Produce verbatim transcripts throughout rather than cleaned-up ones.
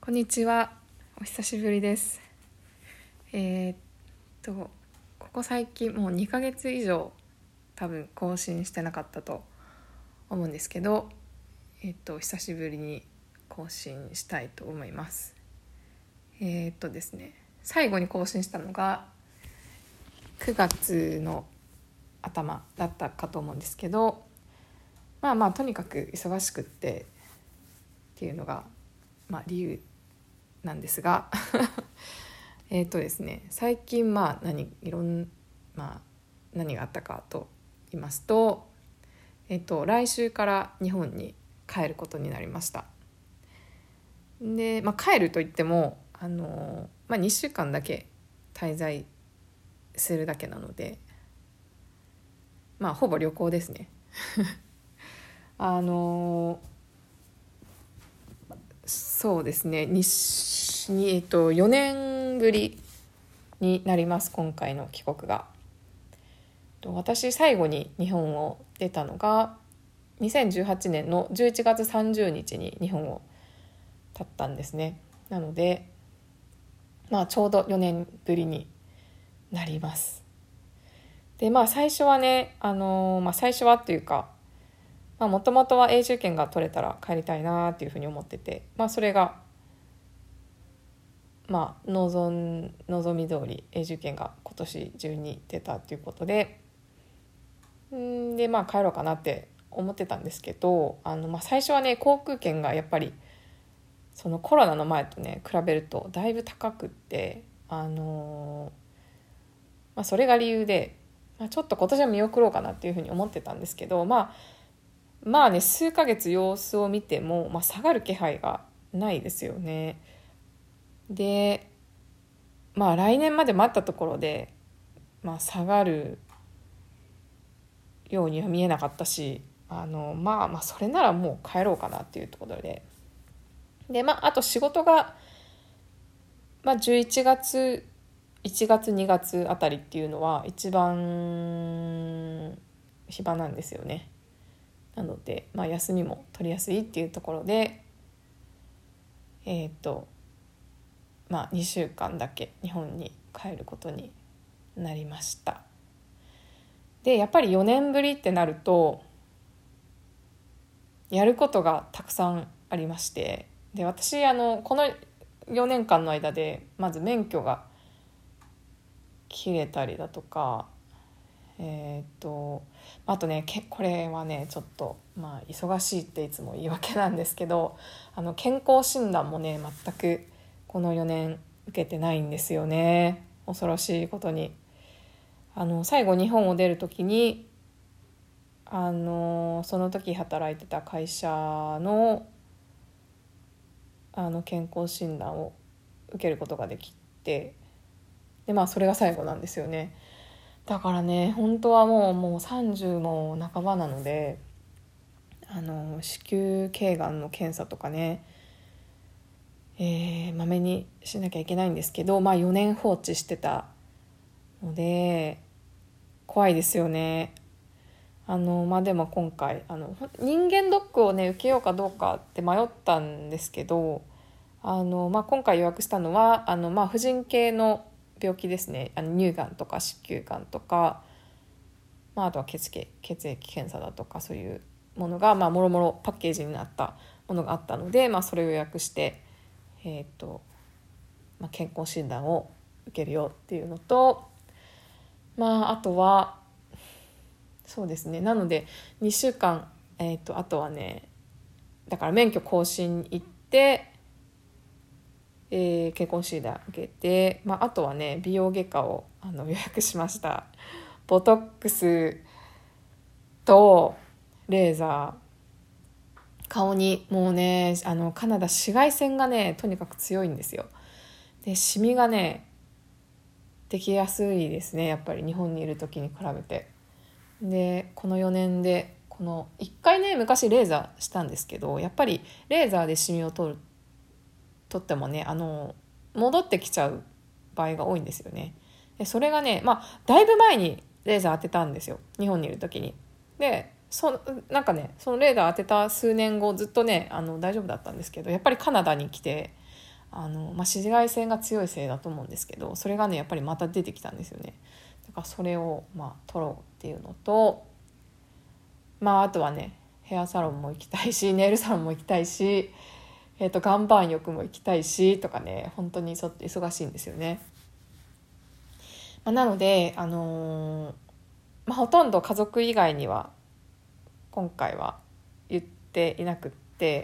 こんにちは。お久しぶりです。えー、っとここ最近もうにかげつ以上多分更新してなかったと思うんですけど、えー、っと久しぶりに更新したいと思います。えー、っとですね最後に更新したのがくがつの頭だったかと思うんですけど、まあまあとにかく忙しくってっていうのが、まあ、理由なんですがえっとですね最近まあ何いろんまあ何があったかと言いますと、えっと来週から日本に帰ることになりました。で、まあ、帰るといってもあの、まあ、にしゅうかんだけ滞在するだけなので、まあほぼ旅行ですね。あのそうですねにに、えっと、よねんぶりになります。今回の帰国が。私最後に日本を出たのがにせんじゅうはちねんのじゅういちがつさんじゅうにちに日本を経ったんですね。なので、まあ、ちょうどよねんぶりになります。でまあ最初はね、あのーまあ、最初はっていうかもともとは永住権が取れたら帰りたいなっていうふうに思ってて、まあ、それがまあ望ん望み通り永住権が今年中に出たということでんでまあ帰ろうかなって思ってたんですけど、あの、まあ、最初はね航空券がやっぱりそのコロナの前とね比べるとだいぶ高くって、あのーまあ、それが理由で、まあ、ちょっと今年は見送ろうかなっていうふうに思ってたんですけど、まあまあね数ヶ月様子を見ても、まあ、下がる気配がないですよね。でまあ来年まで待ったところで、まあ、下がるようには見えなかったし、あの、まあ、まあそれならもう帰ろうかなっていうところでで、まあ、あと仕事が、まあ、じゅういちがついちがつにがつあたりっていうのは一番暇なんですよね。なので、まあ、休みも取りやすいっていうところでえっとまあにしゅうかんだけ日本に帰ることになりました。でやっぱりよねんぶりってなるとやることがたくさんありまして、で私あのこのよねんかんの間でまず免許が切れたりだとか、えー、っとあとねこれはねちょっとまあ忙しいっていつも言い訳なんですけど、あの健康診断もね全くこのよねん受けてないんですよね。恐ろしいことにあの最後日本を出る時にあのその時働いてた会社のあの健康診断を受けることができて、でまあそれが最後なんですよね。だからね本当はもうもうさんじゅうも半ばなので、あの子宮頸がんの検査とかね、えー、まめにしなきゃいけないんですけど、まあよねん放置してたので怖いですよね。あのまあでも今回あの人間ドックをね受けようかどうかって迷ったんですけど、あの、まあ、今回予約したのはあの、まあ、婦人系の病気ですね。あの乳がんとか子宮がんとか、まあ、あとは血液、血液検査だとかそういうものが、まあ、もろもろパッケージになったものがあったので、まあ、それを予約して、えーとまあ、健康診断を受けるよっていうのと、まあ、あとはそうですねなのでにしゅうかん、えーと、あとはねだから免許更新行ってえー、健康診断受けて、まあ、あとはね美容外科をあの予約しました。ボトックスとレーザー、顔にもうねあのカナダ紫外線がねとにかく強いんですよ。でシミがねできやすいですね、やっぱり日本にいる時に比べて。でこのよねんでこのいっかいね昔レーザーしたんですけど、やっぱりレーザーでシミを取るとってもねあの戻ってきちゃう場合が多いんですよね。でそれがねまあだいぶ前にレーザー当てたんですよ、日本にいる時に。でそなんかねそのレーザー当てた数年後ずっとねあの大丈夫だったんですけど、やっぱりカナダに来てあの、まあ、紫外線が強いせいだと思うんですけど、それがねやっぱりまた出てきたんですよね。だからそれをまあ取ろうっていうのと、まああとはねヘアサロンも行きたいし、ネイルサロンも行きたいし、えー、と岩盤浴も行きたいしとかね、本当にちょっと忙しいんですよね。まあ、なので、あのーまあ、ほとんど家族以外には今回は言っていなくって、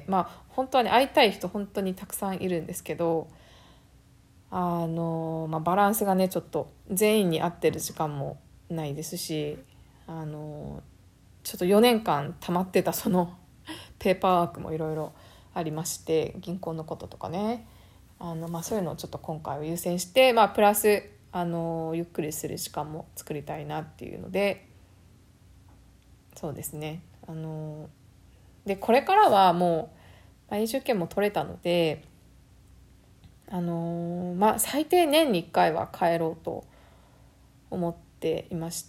まあ本当はね会いたい人本当にたくさんいるんですけど、あのーまあ、バランスがねちょっと全員に合ってる時間もないですし、あのーちょっとよねんかん溜まってたそのペーパーワークもいろいろありまして、銀行のこととかね、あの、まあ、そういうのをちょっと今回は優先して、まあ、プラスあのゆっくりする時間も作りたいなっていうので、そうですね、あのでこれからはもう、まあ、永住権も取れたので、あのまあ、最低年にいっかいは帰ろうと思っていまして、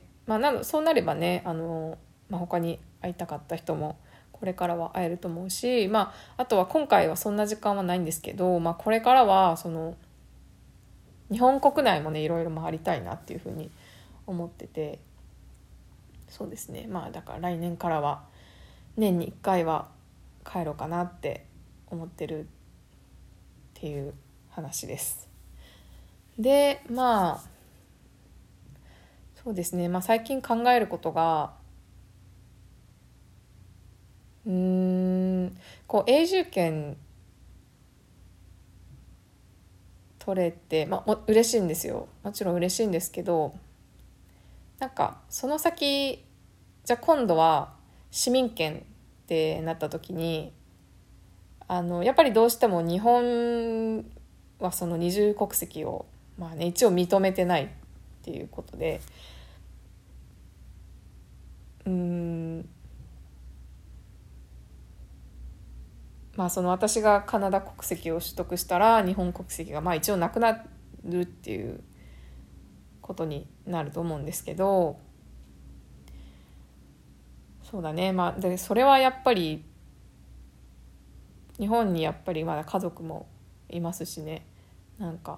まあ、なのそうなればね、あの、まあ、他に会いたかった人もこれからは会えると思うし、まあ、あとは今回はそんな時間はないんですけど、まあ、これからはその日本国内もねいろいろ回りたいなっていうふうに思ってて、そうですね、まあだから来年からは年にいっかいは帰ろうかなって思ってるっていう話です。でまあそうですね、まあ、最近考えることが、うーんこう永住権取れて、まあ、も嬉しいんですよ、もちろん嬉しいんですけど、なんかその先じゃあ今度は市民権ってなった時に、あのやっぱりどうしても日本はその二重国籍を、まあね、一応認めてないっていうことで、うーんまあその私がカナダ国籍を取得したら日本国籍がまあ一応なくなるっていうことになると思うんですけど、そうだね、まあでそれはやっぱり日本にやっぱりまだ家族もいますしね、なんか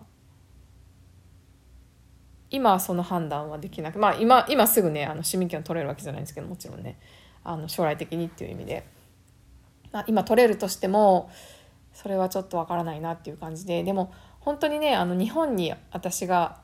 今はその判断はできなく、まあ今今すぐねあの市民権を取れるわけじゃないんですけど、もちろんねあの将来的にっていう意味で、まあ、今取れるとしてもそれはちょっとわからないなっていう感じで、でも本当にねあの日本に私が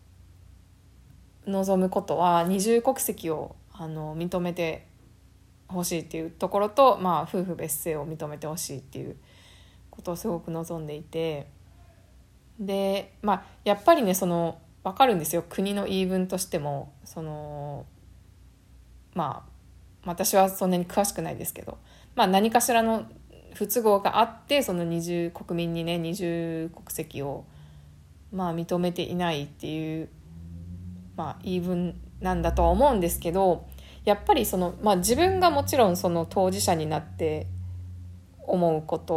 望むことは二重国籍をあの認めてほしいっていうところと、まあ、夫婦別姓を認めてほしいっていうことをすごく望んでいて、で、まあ、やっぱりねその分かるんですよ、国の言い分としてもその、まあ、私はそんなに詳しくないですけど、まあ、何かしらの不都合があってその二重国民にね二重国籍を、まあ、認めていないっていう、まあ、言い分なんだとは思うんですけど、やっぱりその、まあ、自分がもちろんその当事者になって思うこと、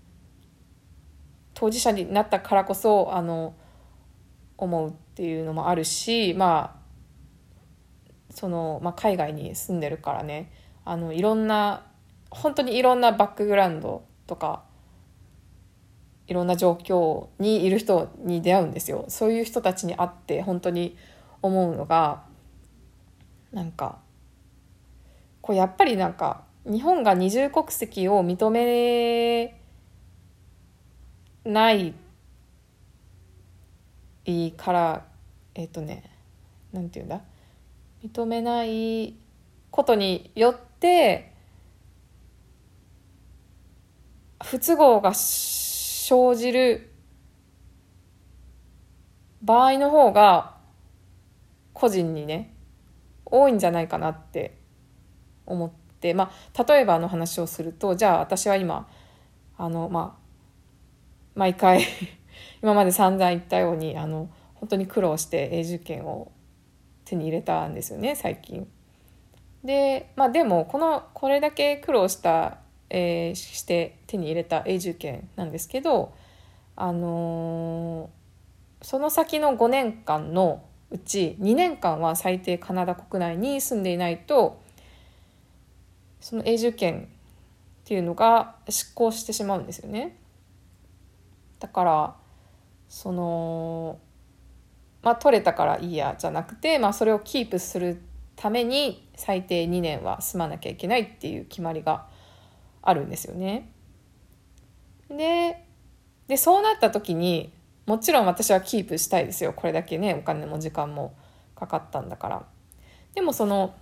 当事者になったからこそあの思うっていうのもあるし、まあそのまあ、海外に住んでるからね、あのいろんな本当にいろんなバックグラウンドとかいろんな状況にいる人に出会うんですよ。そういう人たちに会って本当に思うのが、なんかこうやっぱりなんか日本が二重国籍を認めないからえっとねなんていうんだ認めないことによって不都合が生じる場合の方が個人にね多いんじゃないかなって思って、まあ、例えばの話をすると、じゃあ私は今あの、まあ、毎回今まで散々言ったようにあの本当に苦労して永住権を手に入れたんですよね最近で、まあ、でもこのこれだけ苦労した、えーして手に入れた永住権なんですけど、あのーその先のごねんかんのうちにねんかんは最低カナダ国内に住んでいないとその永住権っていうのが失効してしまうんですよね。 だからそのまあ取れたからいいやじゃなくて、まあ、それをキープするために最低にねんは住まなきゃいけないっていう決まりがあるんですよね。で、でそうなった時にもちろん私はキープしたいですよ。これだけねお金も時間もかかったんだから。でもその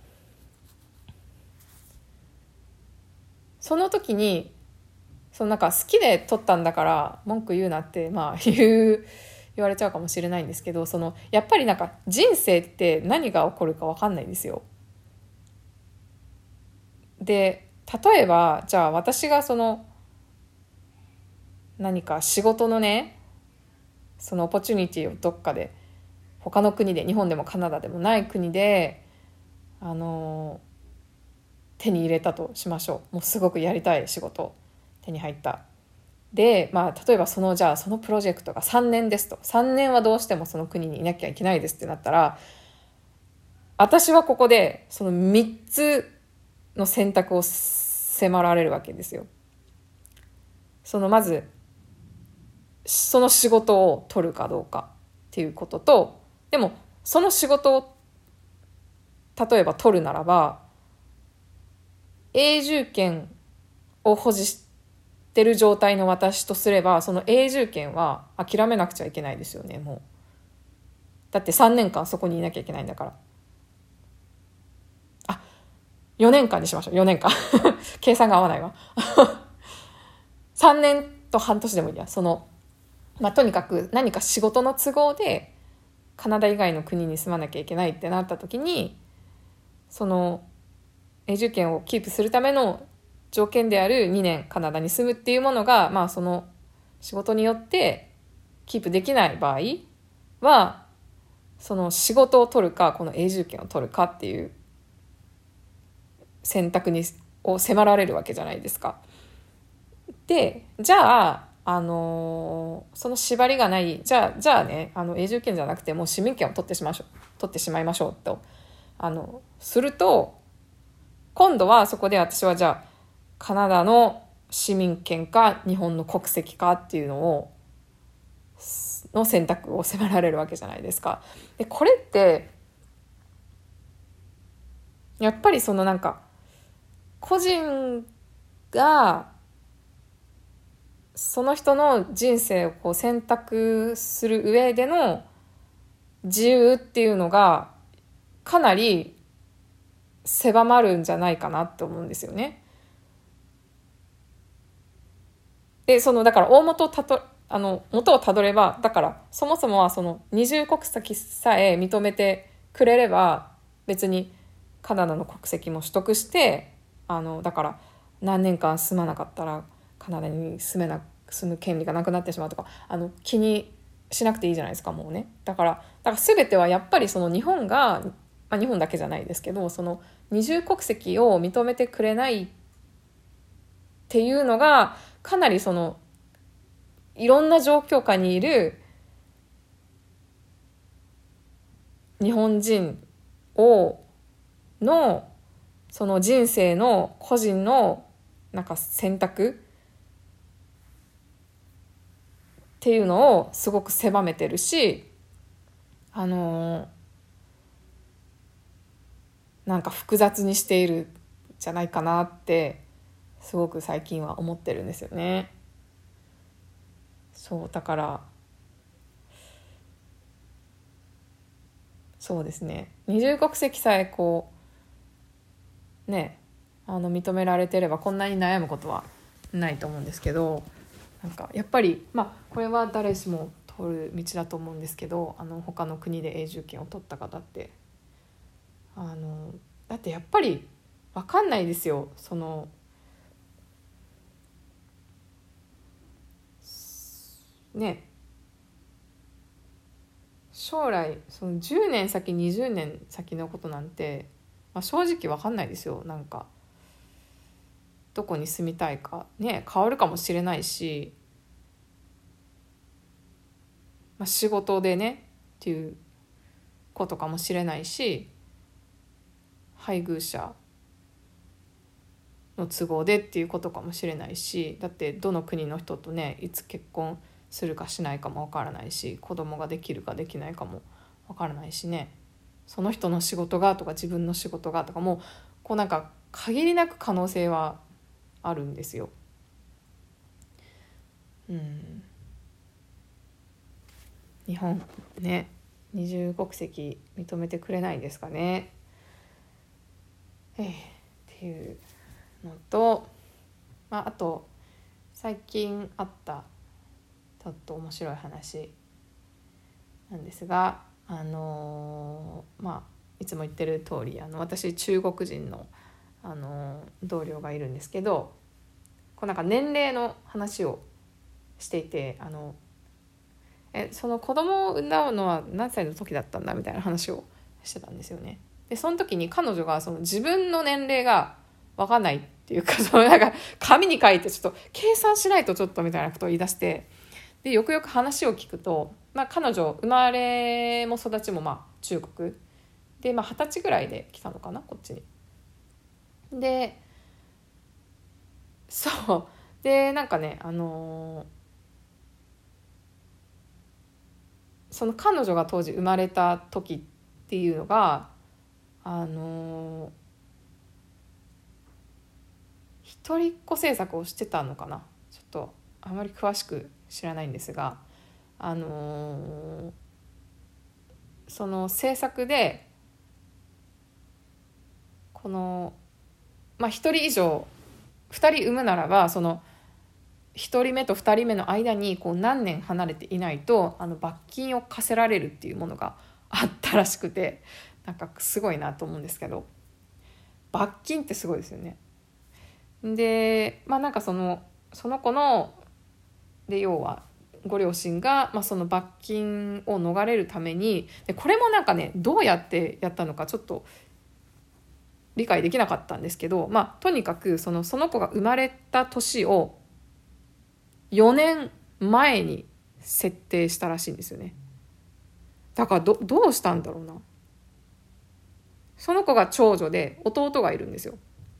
その時にそのなんか好きで取ったんだから文句言うなってまあ言う言われちゃうかもしれないんですけど、そのやっぱりなんか人生って何が起こるか分かんないんですよ。で例えばじゃあ私がその何か仕事のねそのオポチュニティをどっかで他の国で、日本でもカナダでもない国であの手に入れたとしましょう。もうすごくやりたい仕事手に入った。で、まあ、例えばそのじゃあそのプロジェクトがさんねんですと、さんねんはどうしてもその国にいなきゃいけないですってなったら、私はここでそのみっつの選択を迫られるわけですよ。そのまずその仕事を取るかどうかっていうことと、でもその仕事を例えば取るならば永住権を保持してる状態の私とすれば、その永住権は諦めなくちゃいけないですよね。もうだってさんねんかんそこにいなきゃいけないんだから。あ、よねんかんにしましょう。よねんかん計算が合わないわさんねんと半年でもいいや。そのまあとにかく何か仕事の都合でカナダ以外の国に住まなきゃいけないってなった時に、その永住権をキープするための条件であるにねんカナダに住むっていうものが、まあ、その仕事によってキープできない場合はその仕事を取るかこの永住権を取るかっていう選択にを迫られるわけじゃないですか。でじゃあ、あのーその縛りがないじゃあじゃあね、あの永住権じゃなくてもう市民権を取ってしましょう取ってしまいましょうとあのすると、今度はそこで私はじゃあカナダの市民権か日本の国籍かっていうのをの選択を迫られるわけじゃないですか。でこれってやっぱりそのなんか個人がその人の人生をこう選択する上での自由っていうのがかなり狭まるんじゃないかなって思うんですよね。でそのだから大元をたとあの元をたどれば、だからそもそもはその二重国籍さえ認めてくれれば別にカナダの国籍も取得して、あのだから何年間住まなかったらカナダに住めな住む権利がなくなってしまうとか、あの気にしなくていいじゃないですか。もうね、だからだから全てはやっぱりその日本が、まあ、日本だけじゃないですけど、その二重国籍を認めてくれないっていうのがかなりそのいろんな状況下にいる日本人をのその人生の個人のなんか選択っていうのをすごく狭めてるし、あのー、なんか複雑にしているんじゃないかなってすごく最近は思ってるんですよね。そうだからそうですね、二重国籍さえこうねあの認められてればこんなに悩むことはないと思うんですけど、なんかやっぱりまあこれは誰しも通る道だと思うんですけど、あの他の国で永住権を取った方ってあのだってやっぱり分かんないですよ。そのね将来そのじゅうねん先にじゅうねん先のことなんて、まあ、正直分かんないですよ。なんかどこに住みたいかね変わるかもしれないし、まあ、仕事でねっていうことかもしれないし、配偶者の都合でっていうことかもしれないし、だってどの国の人とねいつ結婚するかしないかもわからないし、子供ができるかできないかもわからないしね、その人の仕事がとか自分の仕事がとかもこうなんか限りなく可能性はあるんですよ。うん、日本ね、二重国籍認めてくれないんですかね。えー、っていうのと、まあ、あと最近あったちょっと面白い話なんですが、あのー、まあいつも言ってる通り、あの私中国人の、あのー、同僚がいるんですけど、こうなんか年齢の話をしていて、あのえその子供を産んだのは何歳の時だったんだみたいな話をしてたんですよね。でその時に彼女がその自分の年齢が分かんないっていうか、そのなんか紙に書いてちょっと計算しないとちょっとみたいなことを言い出して、でよくよく話を聞くと、まあ、彼女生まれも育ちもまあ中国で、まあ、はたちぐらいで来たのかなこっちに。でそうでなんかね、あのーその彼女が当時生まれた時っていうのが、あのー、一人っ子政策をしてたのかな、ちょっとあまり詳しく知らないんですが、あのー、その政策でこの、まあ、ひとり以上ふたり産むならば、そのひとりめとふたりめの間にこう何年離れていないとあの罰金を課せられるっていうものがあったらしくて、なんかすごいなと思うんですけど、罰金ってすごいですよね。でまあなんかそのその子ので要はご両親が、まあ、その罰金を逃れるために、でこれもなんかねどうやってやったのかちょっと理解できなかったんですけど、まあとにかくそのその子が生まれた年をよねんまえに設定したらしいんですよね。だから ど, どうしたんだろうな。その子が長女で弟がいるんですよ。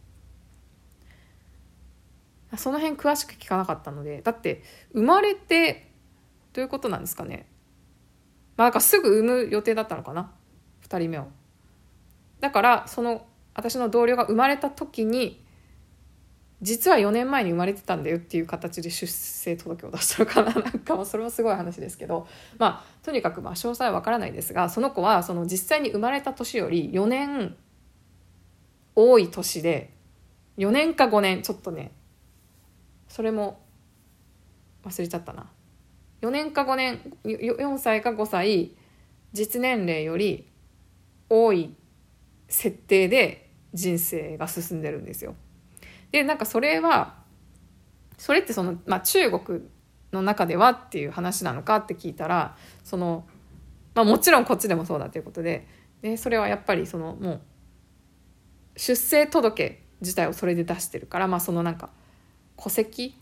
その辺詳しく聞かなかったので、だって生まれてどういうことなんですかね。まあなんかすぐ産む予定だったのかな、ふたりめを。だからその私の同僚が生まれた時に実はよねんまえに生まれてたんだよっていう形で出生届を出したのかな、なんかそれもすごい話ですけど、まあとにかくまあ詳細は分からないですが、その子はその実際に生まれた年よりよねん多い年で、よねんかごねん、ちょっとねそれも忘れちゃったな、よねんかごねん、よんさいかごさい実年齢より多い設定で人生が進んでるんですよ。でなんかそれはそれってその、まあ、中国の中ではっていう話なのかって聞いたら、その、まあ、もちろんこっちでもそうだということで、でそれはやっぱりそのもう出生届自体をそれで出してるから、まあ、そのなんか戸籍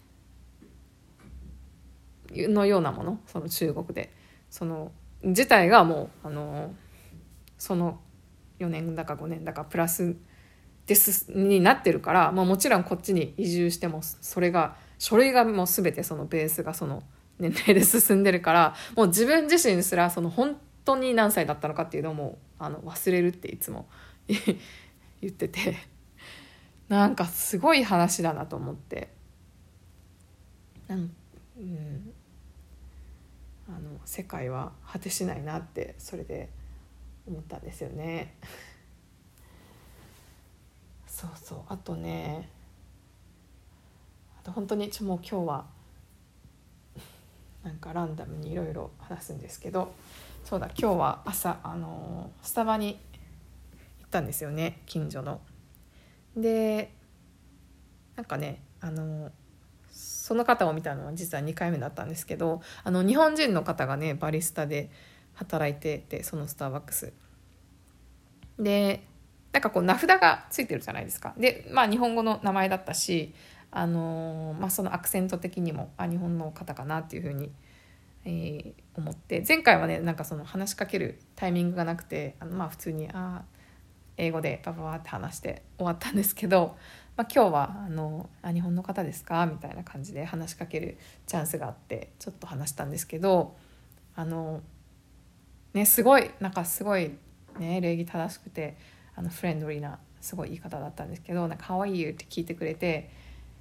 のようなもの、その中国でその自体がもうあのそのよねんだかごねんだかプラスですになってるから、まあ、もちろんこっちに移住してもそれが書類がもう全てそのベースがその年齢で進んでるから、もう自分自身すらその本当に何歳だったのかっていうのもあの忘れるっていつも言ってて、なんかすごい話だなと思って、なん、うん、あの世界は果てしないなってそれで思ったんですよね。そうそう、あとね、あと本当にちょもう今日はなんかランダムにいろいろ話すんですけど、そうだ今日は朝あのスタバに行ったんですよね、近所の。でなんかねあのその方を見たのは実はにかいめだったんですけど、あの日本人の方がねバリスタで働いてて、そのスターバックスでなんかこう名札がついてるじゃないですか。でまあ日本語の名前だったし、あのーまあ、そのアクセント的にもあ日本の方かなっていうふうに、えー、思って、前回はねなんかその話しかけるタイミングがなくて、あのまあ普通にあ英語でバババって話して終わったんですけど、 まあ、今日はあのあ日本の方ですかみたいな感じで話しかけるチャンスがあってちょっと話したんですけど、あのねすごいなんかすごいね礼儀正しくてあのフレンドリーなすごいいい方だったんですけど、なんか How are you? って聞いてくれて、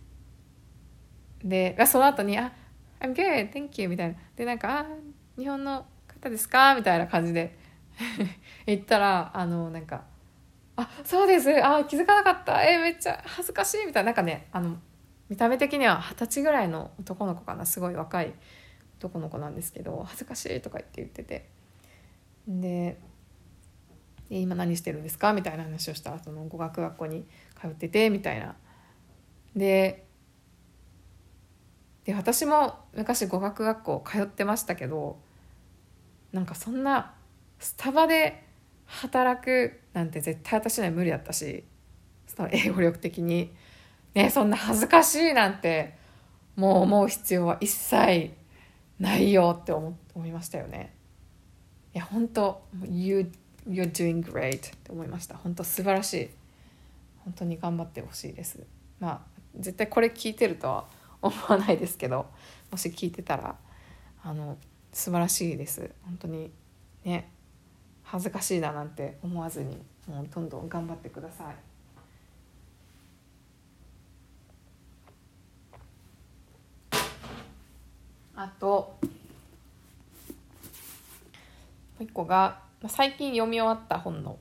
でその後にあ I'm good, thank you みたいなでなんかあ日本の方ですかみたいな感じで言ったらあのなんかあそうですあ気づかなかったえめっちゃ恥ずかしいみたいな、なんかねあの見た目的には二十歳ぐらいの男の子かな、すごい若い男の子なんですけど恥ずかしいとか言って言ってて、で今何してるんですかみたいな話をしたらその語学学校に通っててみたいなでで私も昔語学学校通ってましたけど、なんかそんなスタバで働くなんて絶対私には無理だったし、その英語力的にねそんな恥ずかしいなんてもう思う必要は一切ないよって思思いましたよね。いや本当 you you're doing great って思いました。本当素晴らしい。本当に頑張ってほしいです。まあ絶対これ聞いてるとは思わないですけど、もし聞いてたらあの素晴らしいです。本当にね恥ずかしいななんて思わずにもうどんどん頑張ってください。あともう一個が最近読み終わった本の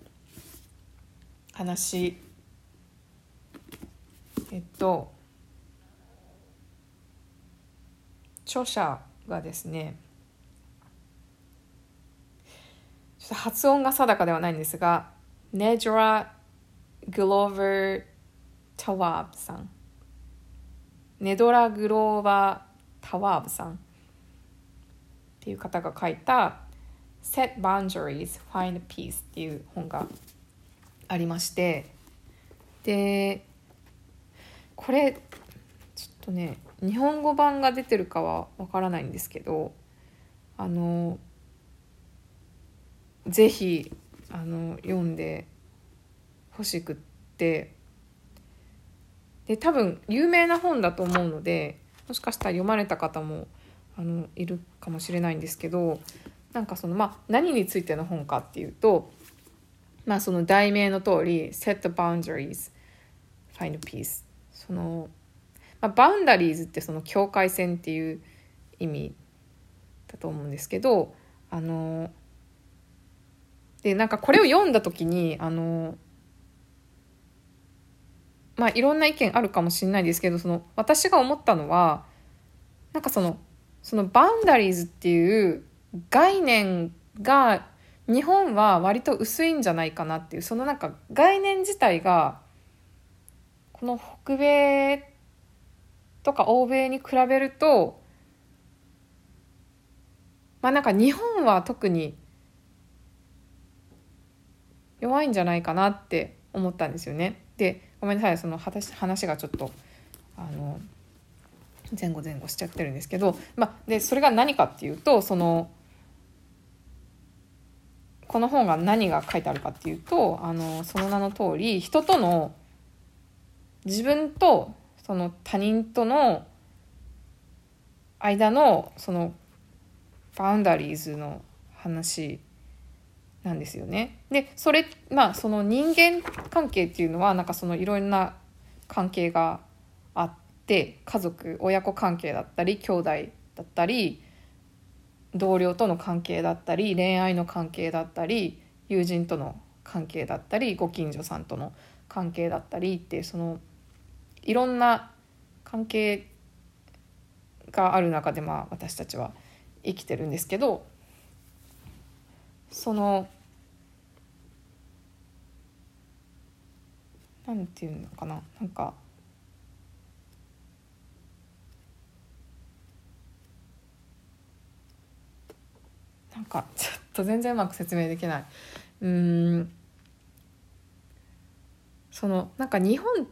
話。えっと著者がですねちょっと発音が定かではないんですがネジョラ・グローバー・タワーブさんネドラ・グローバー・タワーブさんっていう方が書いた Set Boundaries, Find Peace っていう本がありまして、でこれちょっとね日本語版が出てるかはわからないんですけど、あのぜひあの読んでほしくって、で多分有名な本だと思うのでもしかしたら読まれた方もあのいるかもしれないんですけど、なんかそのまあ何についての本かっていうと、まあその題名の通り Set the boundaries, find peace、 その、まあ、バウンダリーズってその境界線っていう意味だと思うんですけど、あのでなんかこれを読んだ時にあのまあいろんな意見あるかもしれないですけど、その私が思ったのはなんかそのそのバウンダリーズっていう概念が日本は割と薄いんじゃないかなっていう、そのなんか概念自体がこの北米とか欧米に比べるとまあなんか日本は特に弱いんじゃないかなって思ったんですよね。でごめんなさいその話話がちょっとあの前後前後しちゃってるんですけど、まあ、でそれが何かっていうとそのこの本が何が書いてあるかっていうとあのその名の通り人との自分とその他人との間のそのバウンダリーズの話なんですよね。でそれまあその人間関係っていうのはなんかそのいろんな関係があって家族親子関係だったり兄弟だったり同僚との関係だったり恋愛の関係だったり友人との関係だったりご近所さんとの関係だったりってそのいろんな関係がある中でまあ私たちは生きてるんですけど、そのなんていうのかななんかなんかちょっと全然うまく説明できない。うーんそのなんか日本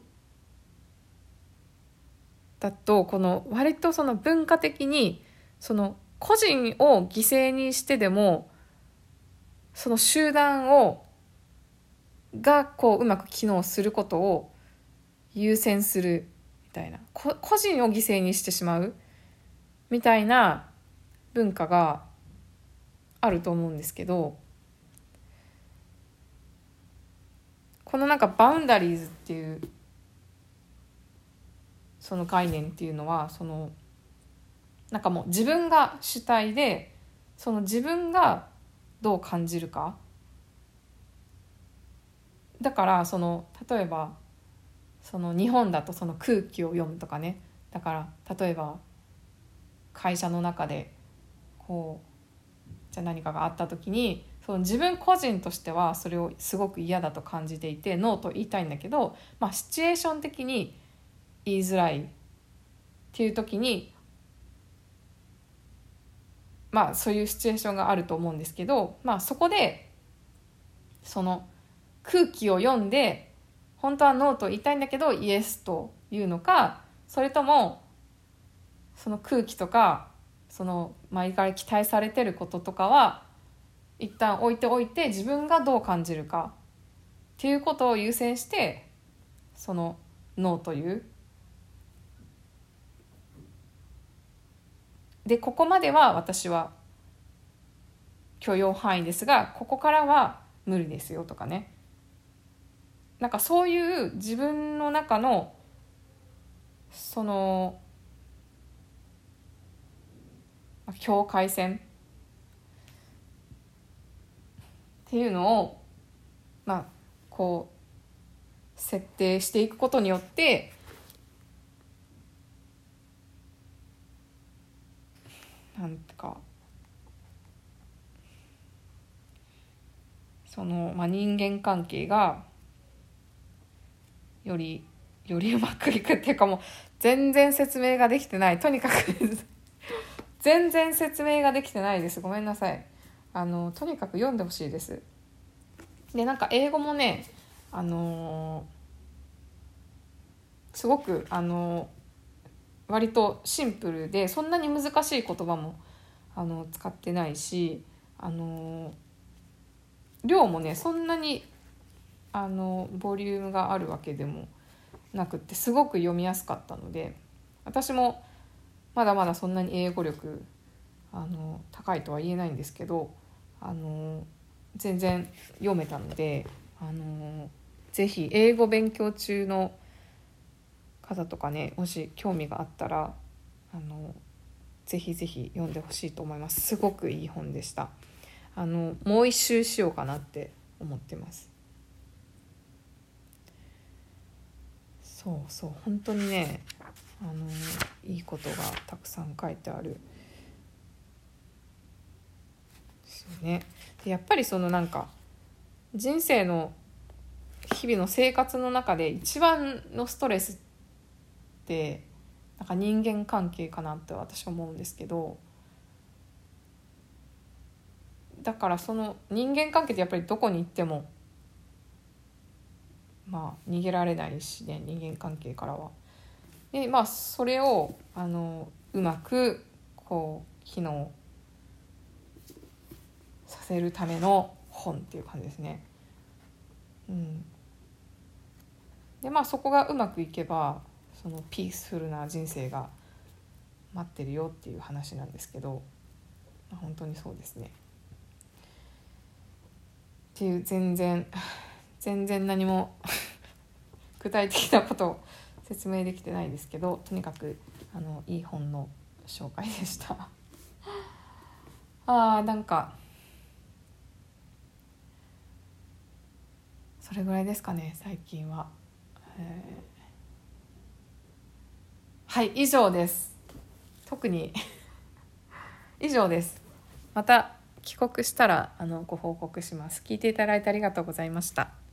だとこの割とその文化的にその個人を犠牲にしてでもその集団をがこううまく機能することを優先するみたいな、こ個人を犠牲にしてしまうみたいな文化があると思うんですけど、このなんかバウンダリーズっていうその概念っていうのは、そのなんかもう自分が主体で、その自分がどう感じるか。だからその例えばその日本だとその空気を読むとかね、だから例えば会社の中でこうじゃあ何かがあった時に、その自分個人としてはそれをすごく嫌だと感じていてノーと言いたいんだけど、まあシチュエーション的に言いづらいっていう時に、まあそういうシチュエーションがあると思うんですけど、まあそこでその空気を読んで本当はノーと言いたいんだけどイエスというのか、それともその空気とかその前から期待されてることとかは一旦置いておいて、自分がどう感じるかっていうことを優先してそのノーというで、ここまでは私は許容範囲ですがここからは無理ですよとかね、なんかそういう自分の中のその境界線っていうのをまあこう設定していくことによって、なんかその、まあ、人間関係がよりよりうまくいくっていうか、もう全然説明ができてない、とにかく全然説明ができてないです、ごめんなさい。あのとにかく読んでほしいです。でなんか英語もね、あのー、すごくあのー、割とシンプルでそんなに難しい言葉もあの使ってないし、あのー、量もねそんなにあのボリュームがあるわけでもなくって、すごく読みやすかったので、私もまだまだそんなに英語力あの高いとは言えないんですけど、あの全然読めたので、あのぜひ英語勉強中の方とかね、もし興味があったらあのぜひぜひ読んでほしいと思います。すごくいい本でした。あのもう一周しようかなって思ってます。そうそう、本当にね、あのいいことがたくさん書いてあるですよね。でやっぱりそのなんか人生の日々の生活の中で一番のストレスってなんか人間関係かなって私は思うんですけど、だからその人間関係ってやっぱりどこに行ってもまあ逃げられないしね、人間関係からは。でまあそれをあのうまくこう機能させるための本っていう感じですね。うん。でまあそこがうまくいけばそのピースフルな人生が待ってるよっていう話なんですけど、まあ、本当にそうですね。っていう全然全然何も具体的なことを説明できてないですけど、とにかくあのいい本の紹介でしたあーなんかそれぐらいですかね最近は。えー、はい以上です。特に以上です。また帰国したらあのご報告します。聞いていただいてありがとうございました。